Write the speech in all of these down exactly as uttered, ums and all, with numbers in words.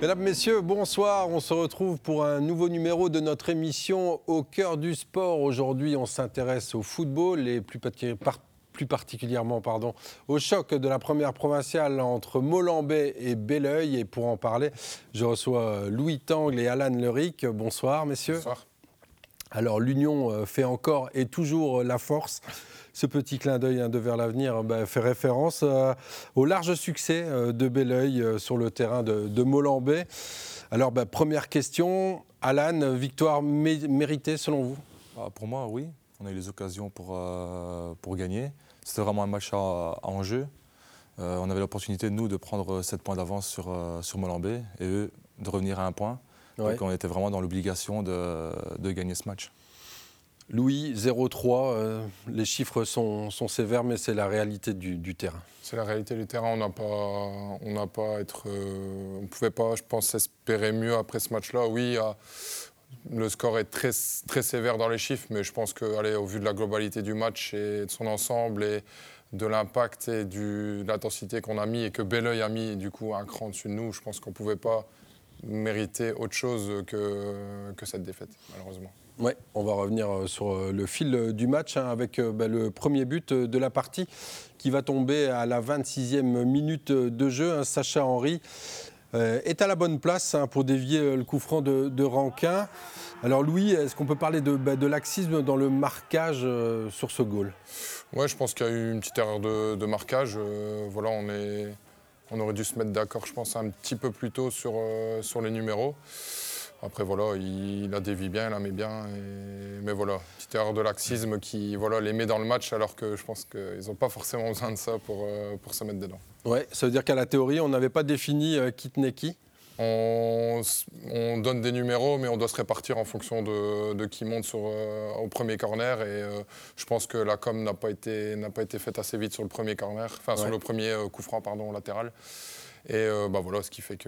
Mesdames, Messieurs, bonsoir. On se retrouve pour un nouveau numéro de notre émission Au cœur du sport. Aujourd'hui, on s'intéresse au football et plus, par plus particulièrement pardon, au choc de la première provinciale entre Molenbeek et Belleuil. Et pour en parler, je reçois Louis Tangle et Alan Leric. Bonsoir, messieurs. Bonsoir. Alors, l'union fait encore et toujours la force. Ce petit clin d'œil hein, de vers l'avenir bah, fait référence euh, au large succès euh, de Belleuil euh, sur le terrain de, de Molenbeek. Alors, bah, première question, Alan, victoire mé- méritée selon vous? Ah, pour moi, oui. On a eu les occasions pour, euh, pour gagner. C'était vraiment un match à, à enjeu. Euh, on avait l'opportunité, nous, de prendre sept points d'avance sur, euh, sur Molenbeek et eux, de revenir à un point. Ouais. Donc, on était vraiment dans l'obligation de, de gagner ce match. Louis, zéro trois, euh, les chiffres sont, sont sévères, mais c'est la réalité du, du terrain. C'est la réalité du terrain. On n'a pas, on n'a pas être, euh, on pouvait pas, je pense, espérer mieux après ce match-là. Oui, euh, le score est très, très sévère dans les chiffres, mais je pense que, allez, au vu de la globalité du match et de son ensemble et de l'impact et du, de l'intensité qu'on a mis et que Belleuil a mis, du coup, un cran dessus de nous, je pense qu'on pouvait pas mériter autre chose que, que cette défaite, malheureusement. Ouais, on va revenir sur le fil du match hein, avec bah, le premier but de la partie qui va tomber à la vingt-sixième minute de jeu. Hein, Sacha Henry euh, est à la bonne place hein, pour dévier le coup franc de, de Rankin. Alors Louis, est-ce qu'on peut parler de, bah, de laxisme dans le marquage euh, sur ce goal? Ouais, je pense qu'il y a eu une petite erreur de, de marquage. Euh, voilà, on, est, on aurait dû se mettre d'accord, je pense, un petit peu plus tôt sur, euh, sur les numéros. Après, voilà, il, il la dévie bien, il la met bien. Et... Mais voilà, petite erreur de laxisme qui voilà, les met dans le match alors que je pense qu'ils n'ont pas forcément besoin de ça pour, euh, pour se mettre dedans. Ouais, ça veut dire qu'à la théorie, on n'avait pas défini euh, qui tenait qui? On, on donne des numéros, mais on doit se répartir en fonction de, de qui monte sur, euh, au premier corner. Et euh, je pense que la com n'a pas été, n'a pas été faite assez vite sur le premier corner, enfin ouais. sur le premier euh, coup franc pardon, latéral. Et euh, bah, voilà, ce qui fait que,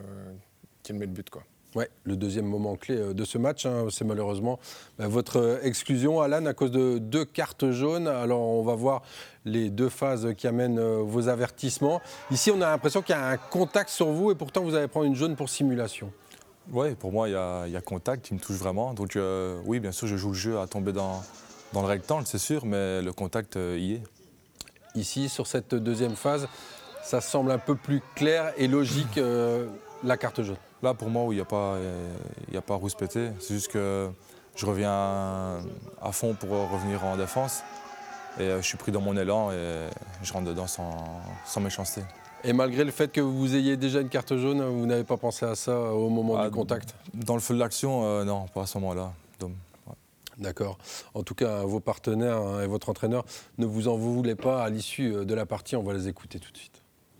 qu'il met le but, quoi. Ouais, le deuxième moment clé de ce match, hein, c'est malheureusement bah, votre exclusion, Alan, à cause de deux cartes jaunes. Alors, on va voir les deux phases qui amènent euh, vos avertissements. Ici, on a l'impression qu'il y a un contact sur vous et pourtant, vous allez prendre une jaune pour simulation. Oui, pour moi, il y a, il y a contact qui me touche vraiment. Donc, euh, oui, bien sûr, je joue le jeu à tomber dans, dans le rectangle, c'est sûr, mais le contact euh, y est. Ici, sur cette deuxième phase, ça semble un peu plus clair et logique, euh, la carte jaune. Là, pour moi, il n'y a pas, il y a pas à rouspéter. C'est juste que je reviens à fond pour revenir en défense. Et je suis pris dans mon élan et je rentre dedans sans, sans méchanceté. Et malgré le fait que vous ayez déjà une carte jaune, vous n'avez pas pensé à ça au moment ah, du contact? Dans le feu de l'action, euh, non, pas à ce moment-là. Donc, ouais. D'accord. En tout cas, vos partenaires hein, et votre entraîneur ne vous en voulez pas à l'issue de la partie. On va les écouter tout de suite.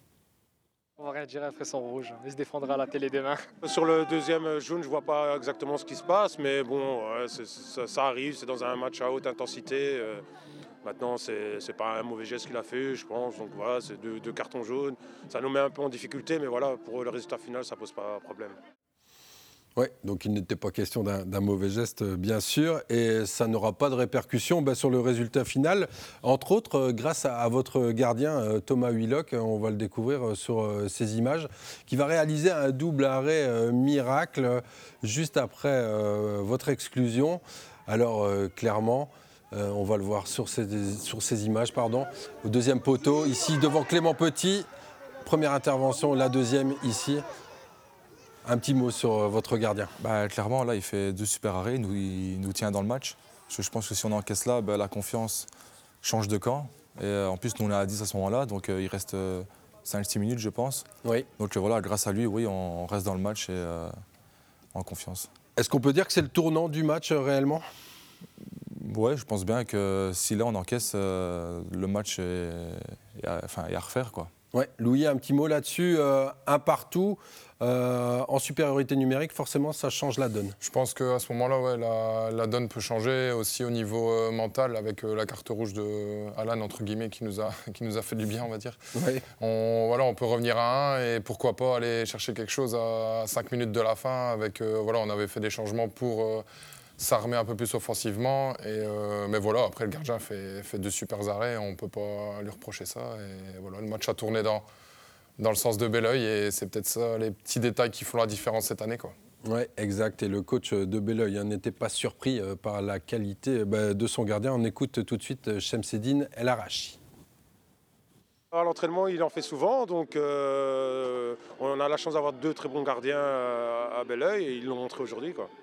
On va rien dire après son rouge, il se défendra à la télé demain. Sur le deuxième jaune, je vois pas exactement ce qui se passe, mais bon, ouais, c'est, ça, ça arrive, c'est dans un match à haute intensité. Euh, maintenant, c'est, c'est pas un mauvais geste qu'il a fait, je pense, donc voilà, c'est deux, deux cartons jaunes. Ça nous met un peu en difficulté, mais voilà, pour le résultat final, ça pose pas de problème. Oui, donc il n'était pas question d'un, d'un mauvais geste, bien sûr, et ça n'aura pas de répercussion bah, sur le résultat final. Entre autres, euh, grâce à, à votre gardien, euh, Thomas Huillock, on va le découvrir euh, sur euh, ces images, qui va réaliser un double arrêt euh, miracle euh, juste après euh, votre exclusion. Alors, euh, clairement, euh, on va le voir sur ces, sur ces images, pardon, au deuxième poteau, ici devant Clément Petit. Première intervention, la deuxième ici. Un petit mot sur votre gardien. Bah, clairement, là, il fait deux super arrêts, il nous, il nous tient dans le match. Je, je pense que si on encaisse là, bah, la confiance change de camp. Et euh, en plus, nous, on est à dix à ce moment-là, donc euh, il reste euh, cinq six minutes, je pense. Oui. Donc euh, voilà, grâce à lui, oui, on, on reste dans le match et euh, en confiance. Est-ce qu'on peut dire que c'est le tournant du match, euh, réellement ? Oui, je pense bien que si là, on encaisse, euh, le match est, est, à, enfin, est à refaire, quoi. Ouais, Louis, un petit mot là-dessus. Euh, un partout, euh, en supériorité numérique, forcément, ça change la donne. Je pense qu'à ce moment-là, ouais, la, la donne peut changer aussi au niveau euh, mental avec euh, la carte rouge de Alan, entre guillemets, qui nous a, qui nous a fait du bien, on va dire. Ouais. On, voilà, on peut revenir à un et pourquoi pas aller chercher quelque chose à cinq minutes de la fin. Avec, euh, voilà, on avait fait des changements pour euh, s'armer un peu plus offensivement. Et, euh, mais voilà, après, le gardien fait, fait deux super arrêts, on ne peut pas lui reprocher ça. Et voilà, le match a tourné dans... dans le sens de Belleuil. Et c'est peut-être ça, les petits détails qui font la différence cette année, quoi. Oui, exact. Et le coach de Belleuil hein, n'était pas surpris euh, par la qualité bah, de son gardien. On écoute tout de suite Chemseddine El Arachi. À l'entraînement, il en fait souvent, donc euh, on a la chance d'avoir deux très bons gardiens à, à Belleuil et ils l'ont montré aujourd'hui, quoi.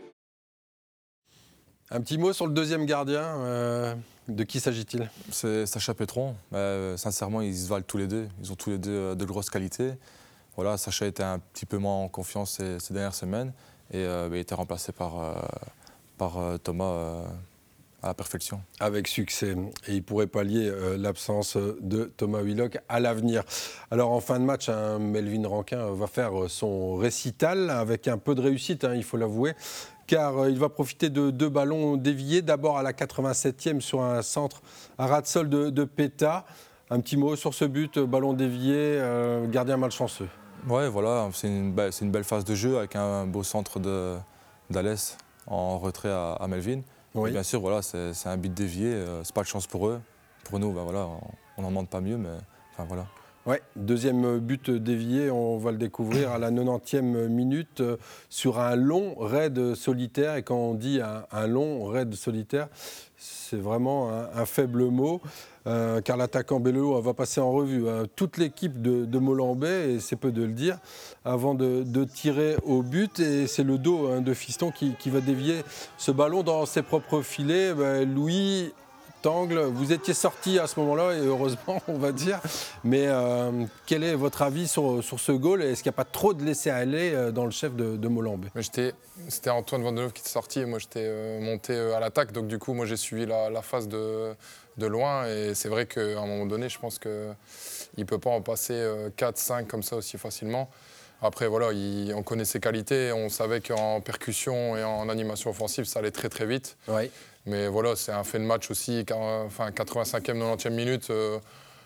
Un petit mot sur le deuxième gardien. Euh, de qui s'agit-il ? C'est Sacha Pétron. Euh, sincèrement, ils se valent tous les deux. Ils ont tous les deux euh, de grosses qualités. Voilà, Sacha était un petit peu moins en confiance ces, ces dernières semaines et euh, bah, il était remplacé par, euh, par euh, Thomas euh, à la perfection. Avec succès. Et il pourrait pallier euh, l'absence de Thomas Willock à l'avenir. Alors en fin de match, hein, Melvin Ranquin va faire son récital avec un peu de réussite, hein, il faut l'avouer. Car euh, il va profiter de deux ballons déviés. D'abord à la quatre-vingt-septième sur un centre à ras de sol de, de Péta. Un petit mot sur ce but, ballon dévié, euh, gardien malchanceux. Ouais, voilà, c'est une, be- c'est une belle phase de jeu avec un beau centre de, d'Alès en retrait à, à Melvin. Oui. Et bien sûr, voilà, c'est, c'est un but dévié, euh, c'est pas de chance pour eux. Pour nous, ben voilà, on n'en demande pas mieux, mais enfin voilà. Ouais, deuxième but dévié, on va le découvrir à la quatre-vingtième minute euh, sur un long raid solitaire. Et quand on dit un, un long raid solitaire, c'est vraiment un, un faible mot. Euh, car l'attaquant Bello va passer en revue hein, toute l'équipe de, de Molambais, et c'est peu de le dire, avant de, de tirer au but. Et c'est le dos hein, de Fiston qui, qui va dévier ce ballon dans ses propres filets. Ben, Louis Tangle, vous étiez sorti à ce moment-là, et heureusement, on va dire. Mais euh, quel est votre avis sur, sur ce goal ? Est-ce qu'il n'y a pas trop de laisser-aller dans le chef de, de Molambais ? Mais j'étais, c'était Antoine Vandenhoff qui était sorti et moi j'étais euh, monté euh, à l'attaque. Donc du coup, moi j'ai suivi la, la phase de, de loin. Et c'est vrai qu'à un moment donné, je pense qu'il ne peut pas en passer euh, quatre cinq comme ça aussi facilement. Après, voilà, il, on connaît ses qualités. On savait qu'en percussion et en animation offensive, ça allait très très vite. Oui. Mais voilà, c'est un fait de match aussi. Enfin, quatre-vingt-cinquième, quatre-vingt-dix-septième minute, euh,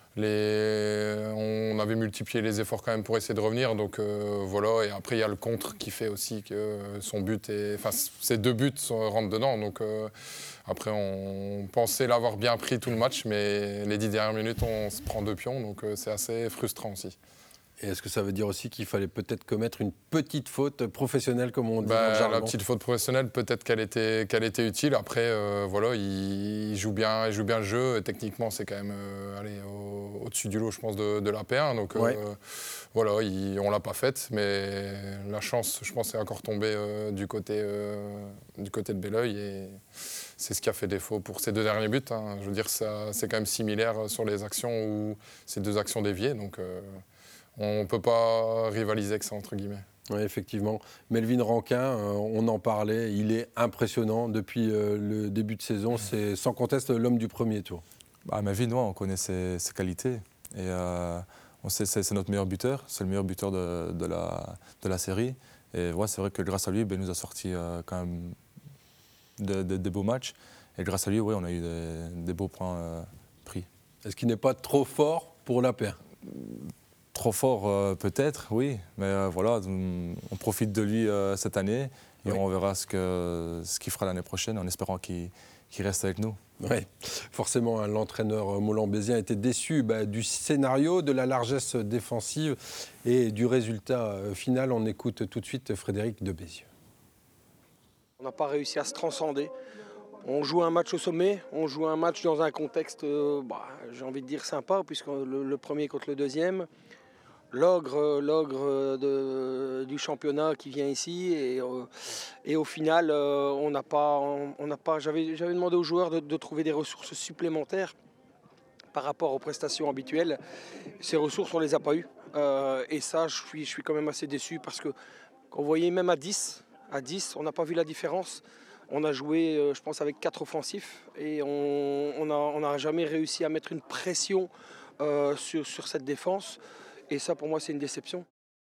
les... on avait multiplié les efforts quand même pour essayer de revenir. Donc euh, voilà, et après il y a le contre qui fait aussi que son but est... Enfin, ses deux buts rentrent dedans. Donc euh, après, on pensait l'avoir bien pris tout le match, mais les dix dernières minutes, on se prend deux pions. Donc euh, c'est assez frustrant aussi. Et est-ce que ça veut dire aussi qu'il fallait peut-être commettre une petite faute professionnelle, comme on dit bah, dans le jargon ? La petite faute professionnelle, peut-être qu'elle était, qu'elle était utile. Après, euh, voilà, il, il, joue bien, il joue bien le jeu. Et techniquement, c'est quand même euh, allez, au, au-dessus du lot, je pense, de, de la P un. Donc ouais. euh, voilà, il, on ne l'a pas faite. Mais la chance, je pense, est encore tombée euh, du, côté, euh, du côté de Belleuil. Et c'est ce qui a fait défaut pour ces deux derniers buts. Hein. Je veux dire, ça, c'est quand même similaire sur les actions où ces deux actions déviées. Donc euh, on ne peut pas rivaliser avec ça, entre guillemets. Oui, effectivement. Melvin Ranquin, euh, on en parlait, il est impressionnant depuis euh, le début de saison. C'est sans conteste l'homme du premier tour. Bah, Melvin, ouais, on connaît ses, ses qualités. Et euh, on sait, c'est, c'est notre meilleur buteur, c'est le meilleur buteur de, de, la, de la série. Et ouais, c'est vrai que grâce à lui, ben, il nous a sorti euh, quand même de, de, de beaux matchs. Et grâce à lui, ouais, on a eu des, des beaux points euh, pris. Est-ce qu'il n'est pas trop fort pour la P un ? Trop fort, euh, peut-être, oui. Mais euh, voilà, on, on profite de lui euh, cette année et oui. On verra ce, que, ce qu'il fera l'année prochaine en espérant qu'il, qu'il reste avec nous. Oui, forcément, hein, l'entraîneur molambésien était déçu bah, du scénario, de la largesse défensive et du résultat euh, final. On écoute tout de suite Frédéric de Bézieux. On n'a pas réussi à se transcender. On joue un match au sommet, on joue un match dans un contexte, euh, bah, j'ai envie de dire sympa, puisque le, le premier contre le deuxième. L'ogre, l'ogre de, du championnat qui vient ici et, euh, et au final euh, on n'a pas, on, on n'a pas j'avais, j'avais demandé aux joueurs de, de trouver des ressources supplémentaires par rapport aux prestations habituelles. Ces ressources on les a pas eues euh, et ça je suis, je suis quand même assez déçu parce que quand vous voyez même à dix, à dix on n'a pas vu la différence. On a joué euh, je pense avec quatre offensifs et on on a, on n'a jamais réussi à mettre une pression euh, sur, sur cette défense. Et ça, pour moi, c'est une déception.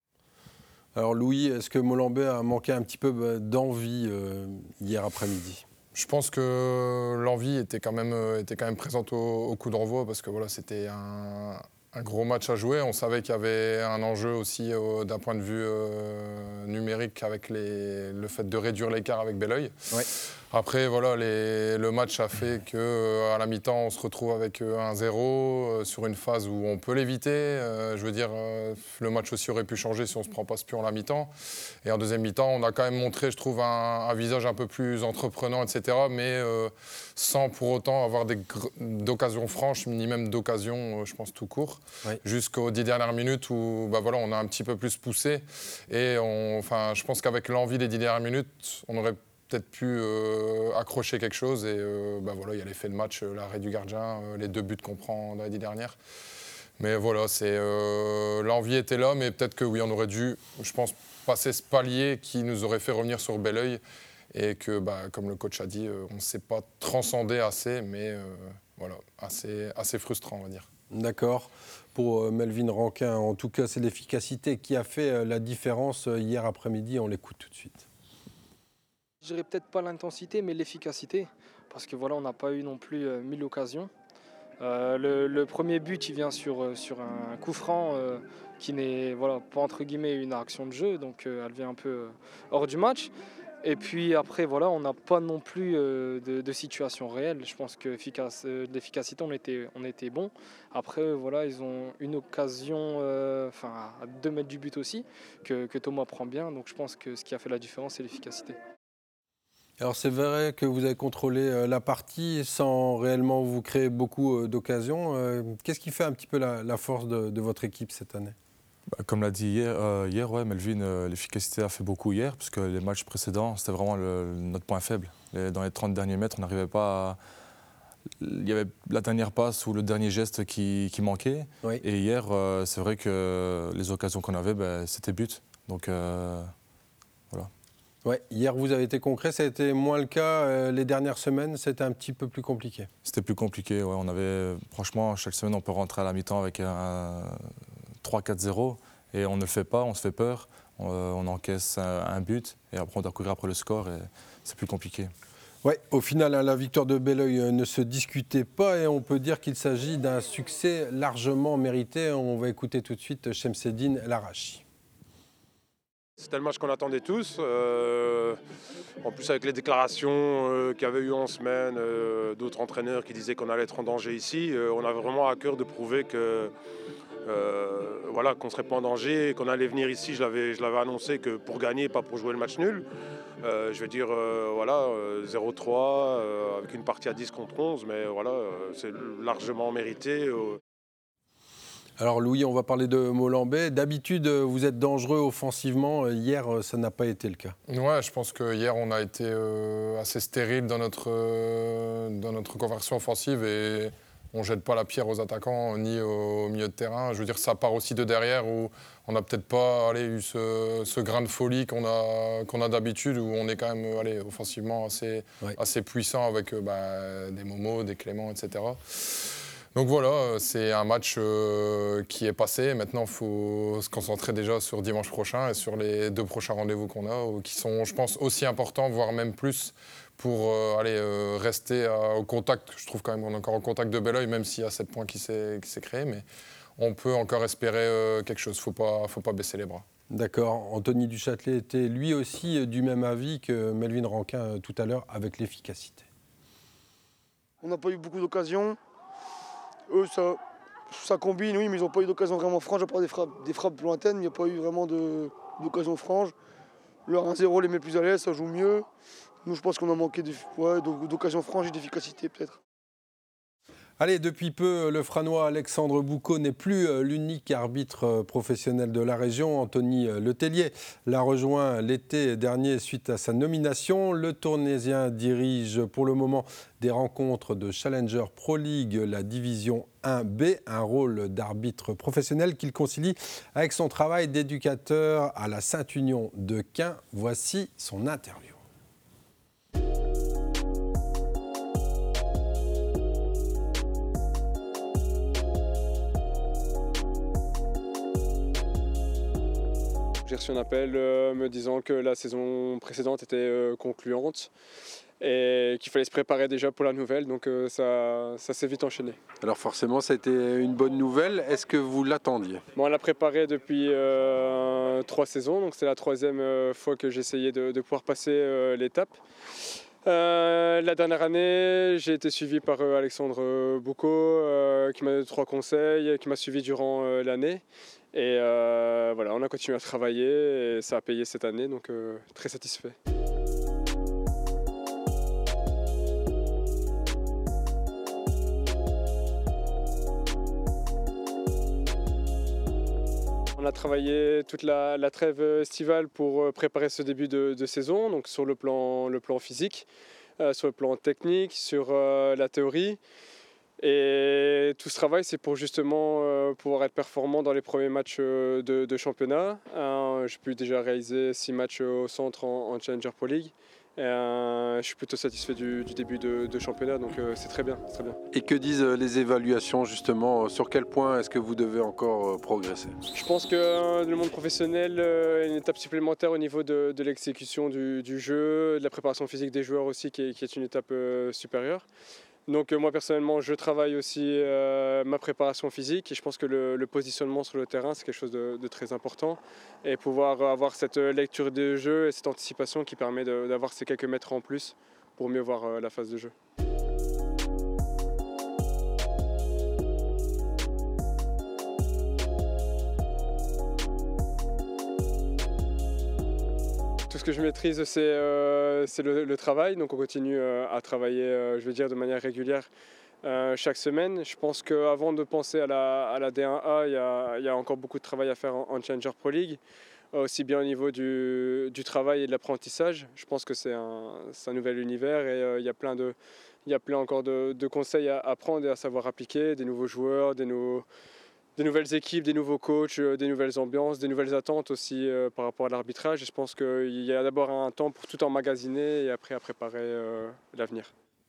Alors Louis, est-ce que Molambais a manqué un petit peu d'envie euh, hier après-midi ? Je pense que l'envie était quand même, était quand même présente au, au coup d'envoi parce que voilà, c'était un, un gros match à jouer. On savait qu'il y avait un enjeu aussi euh, d'un point de vue euh, numérique avec les, le fait de réduire l'écart avec Belleuil. Ouais. Après, voilà, les, le match a fait qu'à euh, la mi-temps, on se retrouve avec euh, un zéro euh, sur une phase où on peut l'éviter. Euh, je veux dire, euh, le match aussi aurait pu changer si on ne se prend pas ce pion à la mi-temps. Et en deuxième mi-temps, on a quand même montré, je trouve, un, un visage un peu plus entreprenant, et cetera. Mais euh, sans pour autant avoir des gr- d'occasions franches, ni même d'occasions, euh, je pense, tout court. Oui. Jusqu'aux dix dernières minutes où bah, voilà, on a un petit peu plus poussé. Et on, enfin, je pense qu'avec l'envie des dix dernières minutes, on aurait peut-être pu euh, accrocher quelque chose et euh, bah voilà, il y a l'effet de match, euh, l'arrêt du gardien, euh, les deux buts qu'on prend dans les dix dernières. Mais voilà, c'est, euh, l'envie était là, mais peut-être que oui, on aurait dû, je pense, passer ce palier qui nous aurait fait revenir sur Belleuil et que, bah, comme le coach a dit, euh, on ne s'est pas transcendé assez, mais euh, voilà, assez, assez frustrant, on va dire. D'accord. Pour euh, Melvin Ranquin, en tout cas, c'est l'efficacité qui a fait euh, la différence euh, hier après-midi. On l'écoute tout de suite. Je dirais peut-être pas l'intensité, mais l'efficacité, parce que voilà, on n'a pas eu non plus euh, mille occasions. Euh, le, le premier but, il vient sur, sur un coup franc euh, qui n'est voilà, pas entre guillemets une action de jeu, donc euh, elle vient un peu euh, hors du match. Et puis après, voilà, on n'a pas non plus euh, de, de situation réelle. Je pense que euh, de l'efficacité, on était, on était bon. Après, voilà, ils ont une occasion euh, à deux mètres du but aussi, que, que Thomas prend bien. Donc je pense que ce qui a fait la différence, c'est l'efficacité. Alors c'est vrai que vous avez contrôlé la partie sans réellement vous créer beaucoup d'occasions. Qu'est-ce qui fait un petit peu la, la force de, de votre équipe cette année ? Bah, comme l'a dit hier, euh, hier ouais, Melvin, euh, l'efficacité a fait beaucoup hier, parce que les matchs précédents, c'était vraiment le, notre point faible. Les, dans les trente derniers mètres, on n'arrivait pas à... Il y avait la dernière passe ou le dernier geste qui, qui manquait. Oui. Et hier, euh, c'est vrai que les occasions qu'on avait, bah, c'était but. Donc euh, voilà. Ouais, hier, vous avez été concret, ça a été moins le cas euh, les dernières semaines, c'était un petit peu plus compliqué. C'était plus compliqué, ouais. On avait, franchement, chaque semaine, on peut rentrer à la mi-temps avec un trois quatre zéro et on ne le fait pas, on se fait peur, on, on encaisse un, un but et après on doit courir après le score et c'est plus compliqué. Ouais, au final, la victoire de Belleuil ne se discutait pas et on peut dire qu'il s'agit d'un succès largement mérité. On va écouter tout de suite Chemseddine El Arachi. C'était le match qu'on attendait tous. Euh, en plus, avec les déclarations euh, qu'il y avait eu en semaine, euh, d'autres entraîneurs qui disaient qu'on allait être en danger ici, euh, on avait vraiment à cœur de prouver que, euh, voilà, qu'on ne serait pas en danger, qu'on allait venir ici. Je l'avais, je l'avais annoncé que pour gagner, pas pour jouer le match nul. Euh, je veux dire, euh, voilà, euh, zéro trois, euh, avec une partie à dix contre onze, mais voilà, euh, c'est largement mérité. Euh. Alors Louis, on va parler de Molembé. D'habitude, vous êtes dangereux offensivement. Hier, ça n'a pas été le cas. Ouais, je pense que hier, on a été euh, assez stérile dans notre, euh, dans notre conversion offensive et on ne jette pas la pierre aux attaquants ni au milieu de terrain. Je veux dire, ça part aussi de derrière où on n'a peut-être pas allez, eu ce, ce grain de folie qu'on a, qu'on a d'habitude, où on est quand même allez, offensivement assez, ouais. assez puissant avec bah, des Momo, des Clément, et cetera. Donc voilà, c'est un match euh, qui est passé. Maintenant, il faut se concentrer déjà sur dimanche prochain et sur les deux prochains rendez-vous qu'on a, qui sont, je pense, aussi importants, voire même plus, pour euh, aller, euh, rester euh, au contact. Je trouve quand même qu'on est encore au contact de Belleuil, même s'il y a sept points qui s'est, qui s'est créé. Mais on peut encore espérer euh, quelque chose. Il ne faut pas, faut pas baisser les bras. D'accord. Anthony Duchâtelet était lui aussi du même avis que Melvin Ranquin tout à l'heure avec l'efficacité. On n'a pas eu beaucoup d'occasions. Eux, ça, ça combine, oui, mais ils n'ont pas eu d'occasion vraiment franche, à part des frappes, des frappes lointaines, il n'y a pas eu vraiment de, d'occasion franche. Le un zéro les met plus à l'aise, ça joue mieux. Nous, je pense qu'on a manqué de, ouais, d'occasion franche et d'efficacité, peut-être. Allez, depuis peu, le Franois Alexandre Boucaud n'est plus l'unique arbitre professionnel de la région. Anthony Letellier l'a rejoint l'été dernier suite à sa nomination. Le Tournaisien dirige pour le moment des rencontres de Challenger Pro League, la division un B, un rôle d'arbitre professionnel qu'il concilie avec son travail d'éducateur à la Sainte-Union de Caen. Voici son interview. J'ai reçu un appel euh, me disant que la saison précédente était euh, concluante et qu'il fallait se préparer déjà pour la nouvelle. Donc euh, ça, ça s'est vite enchaîné. Alors forcément, ça a été une bonne nouvelle. Est-ce que vous l'attendiez ? Bon, on l'a préparé depuis euh, trois saisons, donc c'est la troisième euh, fois que j'essayais de, de pouvoir passer euh, l'étape. Euh, la dernière année, j'ai été suivi par euh, Alexandre Boucaud, euh, qui m'a donné trois conseils, qui m'a suivi durant euh, l'année. Et euh, voilà, on a continué à travailler et ça a payé cette année, donc euh, très satisfait. On a travaillé toute la, la trêve estivale pour préparer ce début de, de saison, donc sur le plan, le plan physique, euh, sur le plan technique, sur euh, la théorie. Et tout ce travail, c'est pour justement euh, pouvoir être performant dans les premiers matchs euh, de, de championnat. Euh, j'ai pu déjà réaliser six matchs au centre en, en Challenger Pro League. Et, euh, je suis plutôt satisfait du, du début de, de championnat, donc euh, c'est très bien, c'est très bien. Et que disent les évaluations justement ? Sur quel point est-ce que vous devez encore progresser ? Je pense que euh, le monde professionnel est une étape supplémentaire au niveau de, de l'exécution du, du jeu, de la préparation physique des joueurs aussi, qui est, qui est une étape euh, supérieure. Donc euh, moi personnellement, je travaille aussi euh, ma préparation physique et je pense que le, le positionnement sur le terrain, c'est quelque chose de, de très important. Et pouvoir avoir cette lecture de jeu et cette anticipation qui permet de, d'avoir ces quelques mètres en plus pour mieux voir euh, la phase de jeu. Tout ce que je maîtrise, c'est, euh, c'est le, le travail. Donc on continue euh, à travailler, euh, je veux dire, de manière régulière euh, chaque semaine. Je pense qu'avant de penser à la, à la D un A, il y a, il y a encore beaucoup de travail à faire en, en Challenger Pro League, aussi bien au niveau du, du travail et de l'apprentissage. Je pense que c'est un, c'est un nouvel univers et euh, il y a plein de, il y a plein encore de, de conseils à apprendre et à savoir appliquer, des nouveaux joueurs, des nouveaux... Des nouvelles équipes, des nouveaux coachs, des nouvelles ambiances, des nouvelles attentes aussi euh, par rapport à l'arbitrage. Et je pense qu'il y a d'abord un temps pour tout emmagasiner et après à préparer euh, l'avenir.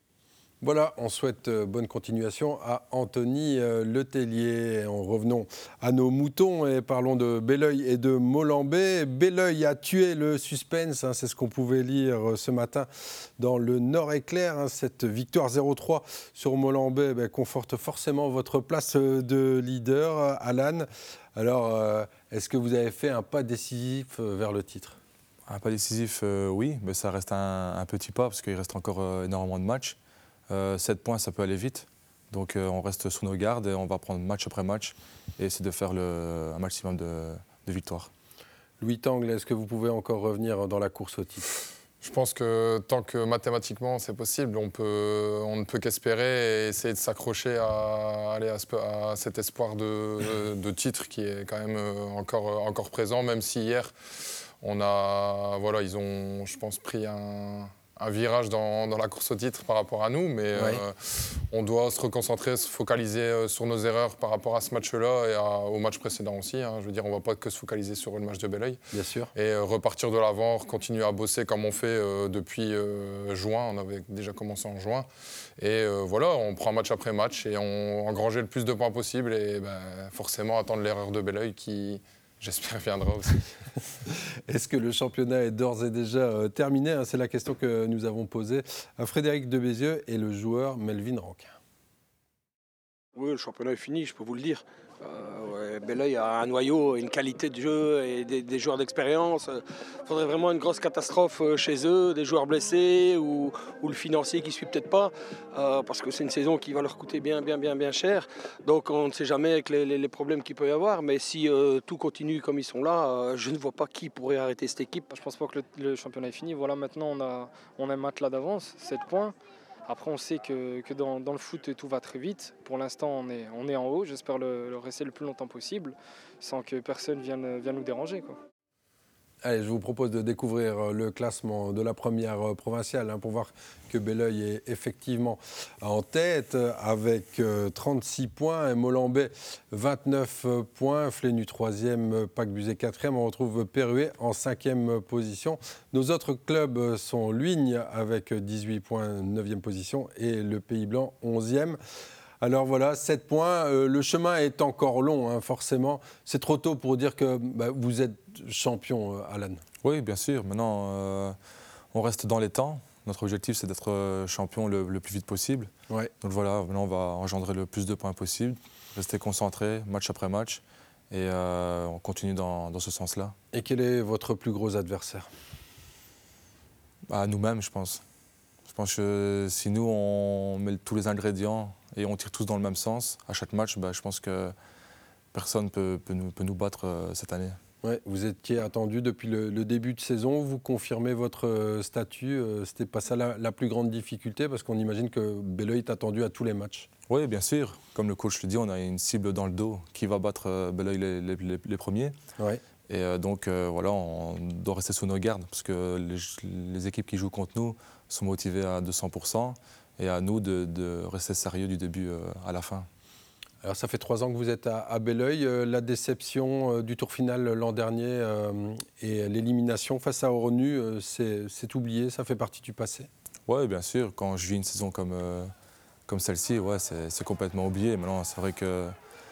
Voilà, on souhaite bonne continuation à Anthony Letellier. En revenons à nos moutons et parlons de Belloy et de Molambé. Belloy a tué le suspense, hein, c'est ce qu'on pouvait lire ce matin dans le Nord-Éclair. Hein, cette victoire zéro trois sur Molambé ben, conforte forcément votre place de leader, Alan. Alors, euh, est-ce que vous avez fait un pas décisif vers le titre ? Un pas décisif, euh, oui, mais ça reste un, un petit pas parce qu'il reste encore euh, énormément de matchs. Euh, sept points, ça peut aller vite. Donc euh, on reste sur nos gardes et on va prendre match après match et essayer de faire le, un maximum de, de victoires. Louis Tangle, est-ce que vous pouvez encore revenir dans la course au titre ? Je pense que tant que mathématiquement c'est possible, on, peut, on ne peut qu'espérer et essayer de s'accrocher à, aller à, ce, à cet espoir de, de titre qui est quand même encore, encore présent, même si hier, on a, voilà, ils ont, je pense, pris un... un virage dans, dans la course au titre par rapport à nous, mais oui. euh, on doit se reconcentrer, se focaliser euh, sur nos erreurs par rapport à ce match-là et à, au match précédent aussi. Hein. Je veux dire, on ne va pas que se focaliser sur le match de Belloy. Bien sûr. Et euh, repartir de l'avant, continuer à bosser comme on fait euh, depuis euh, juin. On avait déjà commencé en juin. Et euh, voilà, on prend match après match et on engranger le plus de points possible et ben, forcément attendre l'erreur de Belloy qui... j'espère viendra aussi. Est-ce que le championnat est d'ores et déjà euh, terminé, hein? C'est la question que nous avons posée à Frédéric Debézieux et le joueur Melvin Rankin. Oui, le championnat est fini, je peux vous le dire. Euh, ouais, Belloy a un noyau, une qualité de jeu et des, des joueurs d'expérience. Il faudrait vraiment une grosse catastrophe chez eux, des joueurs blessés ou, ou le financier qui ne suit peut-être pas, euh, parce que c'est une saison qui va leur coûter bien, bien, bien, bien cher. Donc on ne sait jamais avec les, les, les problèmes qu'il peut y avoir, mais si euh, tout continue comme ils sont là, euh, je ne vois pas qui pourrait arrêter cette équipe. Je ne pense pas que le, le championnat est fini. Voilà, maintenant on a, on a un matelas d'avance, sept points. Après, on sait que, que dans, dans le foot, tout va très vite. Pour l'instant, on est, on est en haut. J'espère le, le rester le plus longtemps possible, sans que personne vienne, vienne nous déranger, quoi. Allez, je vous propose de découvrir le classement de la première provinciale hein, pour voir que Belloy est effectivement en tête avec trente-six points, et Molambé vingt-neuf points, Flénu troisième, Pac-Buzet quatrième, on retrouve Perruet en cinquième position. Nos autres clubs sont Luigne avec dix-huit points, neuvième position, et le Pays Blanc onzième. Alors voilà, sept points. Euh, le chemin est encore long, hein, forcément. C'est trop tôt pour dire que bah, vous êtes champion, euh, Alan. Oui, bien sûr. Maintenant, euh, on reste dans les temps. Notre objectif, c'est d'être champion le, le plus vite possible. Ouais. Donc voilà, maintenant, on va engendrer le plus de points possible, rester concentré match après match, et euh, on continue dans, dans ce sens-là. Et quel est votre plus gros adversaire? À nous-mêmes, je pense. Je pense que si nous, on met tous les ingrédients et on tire tous dans le même sens, à chaque match, bah, je pense que personne ne peut, peut, nous, peut nous battre euh, cette année. Ouais, vous étiez attendu depuis le, le début de saison, vous confirmez votre euh, statut, euh, c'était pas ça la, la plus grande difficulté, parce qu'on imagine que Belleuil est attendu à tous les matchs. Oui, bien sûr. Comme le coach le dit, on a une cible dans le dos qui va battre euh, Belleuil les, les, les, les premiers. Ouais. Et euh, donc euh, voilà, on doit rester sous nos gardes, parce que les, les équipes qui jouent contre nous sont motivées à deux cents pour cent, et à nous de, de rester sérieux du début euh, à la fin. Alors ça fait trois ans que vous êtes à, à Belleuil. Euh, la déception euh, du tour final l'an dernier euh, et l'élimination face à Oronu, euh, c'est, c'est oublié, ça fait partie du passé? Oui, bien sûr. Quand je vis une saison comme, euh, comme celle-ci, ouais, c'est, c'est complètement oublié. Maintenant, c'est vrai que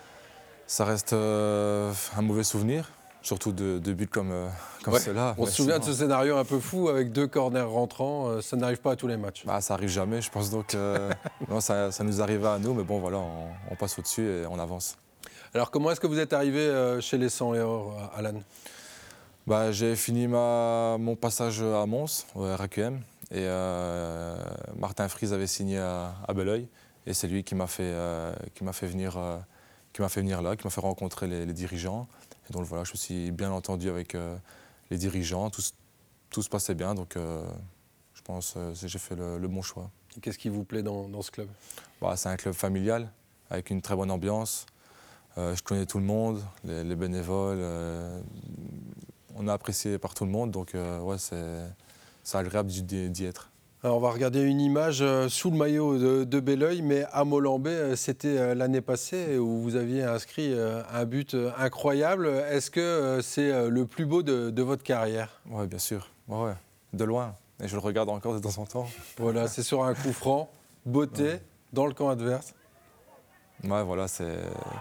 ça reste euh, un mauvais souvenir, surtout de, de buts comme, euh, comme ouais. ceux-là. On se souvient de ce scénario un peu fou avec deux corners rentrants. Euh, ça n'arrive pas à tous les matchs. Bah, ça arrive jamais, je pense. Donc, euh, non, ça, ça nous arrive à nous, mais bon, voilà, on, on passe au-dessus et on avance. Alors, comment est-ce que vous êtes arrivé euh, chez les cent et or, Alan? Bah, j'ai fini ma, mon passage à Mons, au R A Q M, et euh, Martin Fries avait signé à, à Belleuil, et c'est lui qui m'a fait, euh, qui m'a fait venir, euh, qui m'a fait venir là, qui m'a fait rencontrer les, les dirigeants. Et donc voilà, je me suis bien entendu avec euh, les dirigeants, tout, tout se passait bien, donc euh, je pense euh, que j'ai fait le, le bon choix. Et qu'est-ce qui vous plaît dans, dans ce club? Bah, c'est un club familial, avec une très bonne ambiance. Euh, je connais tout le monde, les, les bénévoles. Euh, on est apprécié par tout le monde, donc euh, ouais, c'est, c'est agréable d'y, d'y être. Alors on va regarder une image euh, sous le maillot de, de Belleuil, mais à Molambé, euh, c'était euh, l'année passée où vous aviez inscrit euh, un but euh, incroyable. Est-ce que euh, c'est euh, le plus beau de, de votre carrière? Oui, bien sûr, ouais, ouais, de loin. Et je le regarde encore de temps en temps. Voilà, c'est sur un coup franc, beauté, ouais. Dans le camp adverse. Ouais, voilà, c'est...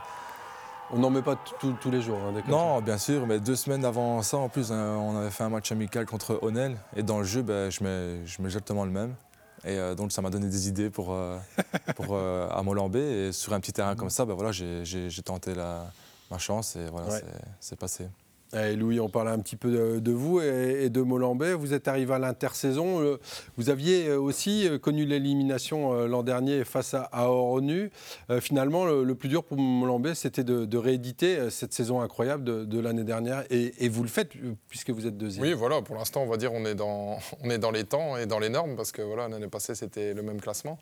On n'en met pas tous les jours. Hein, non, ça. Bien sûr, mais deux semaines avant ça, en plus, hein, on avait fait un match amical contre Onel. Et dans le jeu, ben, je, mets, je mets exactement le même. Et euh, donc, ça m'a donné des idées pour, euh, pour, euh, à Molambé. Et sur un petit terrain comme ça, ben, voilà, j'ai, j'ai, j'ai tenté la, ma chance et voilà, ouais. c'est, c'est passé. Et Louis, on parlait un petit peu de, de vous et, et de Molambé. Vous êtes arrivé à l'intersaison. Vous aviez aussi connu l'élimination l'an dernier face à, à Oronu. Euh, finalement, le, le plus dur pour Molambé, c'était de, de rééditer cette saison incroyable de, de l'année dernière. Et, et vous le faites puisque vous êtes deuxième. Oui, voilà. Pour l'instant, on va dire on est dans, on est dans les temps et dans les normes parce que voilà, l'année passée, c'était le même classement.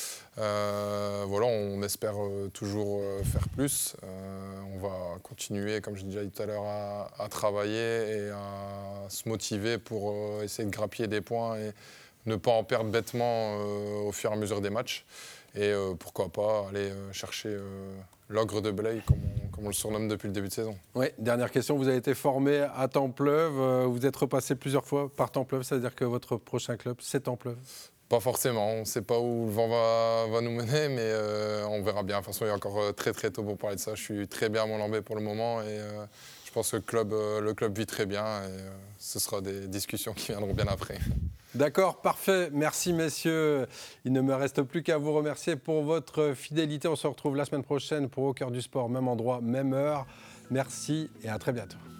Euh, voilà, on espère euh, toujours euh, faire plus. Euh, on va continuer, comme je disais tout à l'heure, à, à travailler et à se motiver pour euh, essayer de grappiller des points et ne pas en perdre bêtement euh, au fur et à mesure des matchs. Et euh, pourquoi pas aller euh, chercher euh, l'ogre de Belleuil, comme on, comme on le surnomme depuis le début de saison. Oui, dernière question. Vous avez été formé à Templeuve. Vous êtes repassé plusieurs fois par Templeuve. Ça veut dire que votre prochain club, c'est Templeuve? Pas forcément, on ne sait pas où le vent va, va nous mener, mais euh, on verra bien. De toute façon, il est encore très très tôt pour parler de ça. Je suis très bien à Molambé pour le moment et euh, je pense que le club, euh, le club vit très bien et euh, ce sera des discussions qui viendront bien après. D'accord, parfait. Merci messieurs. Il ne me reste plus qu'à vous remercier pour votre fidélité. On se retrouve la semaine prochaine pour Au Cœur du Sport, même endroit, même heure. Merci et à très bientôt.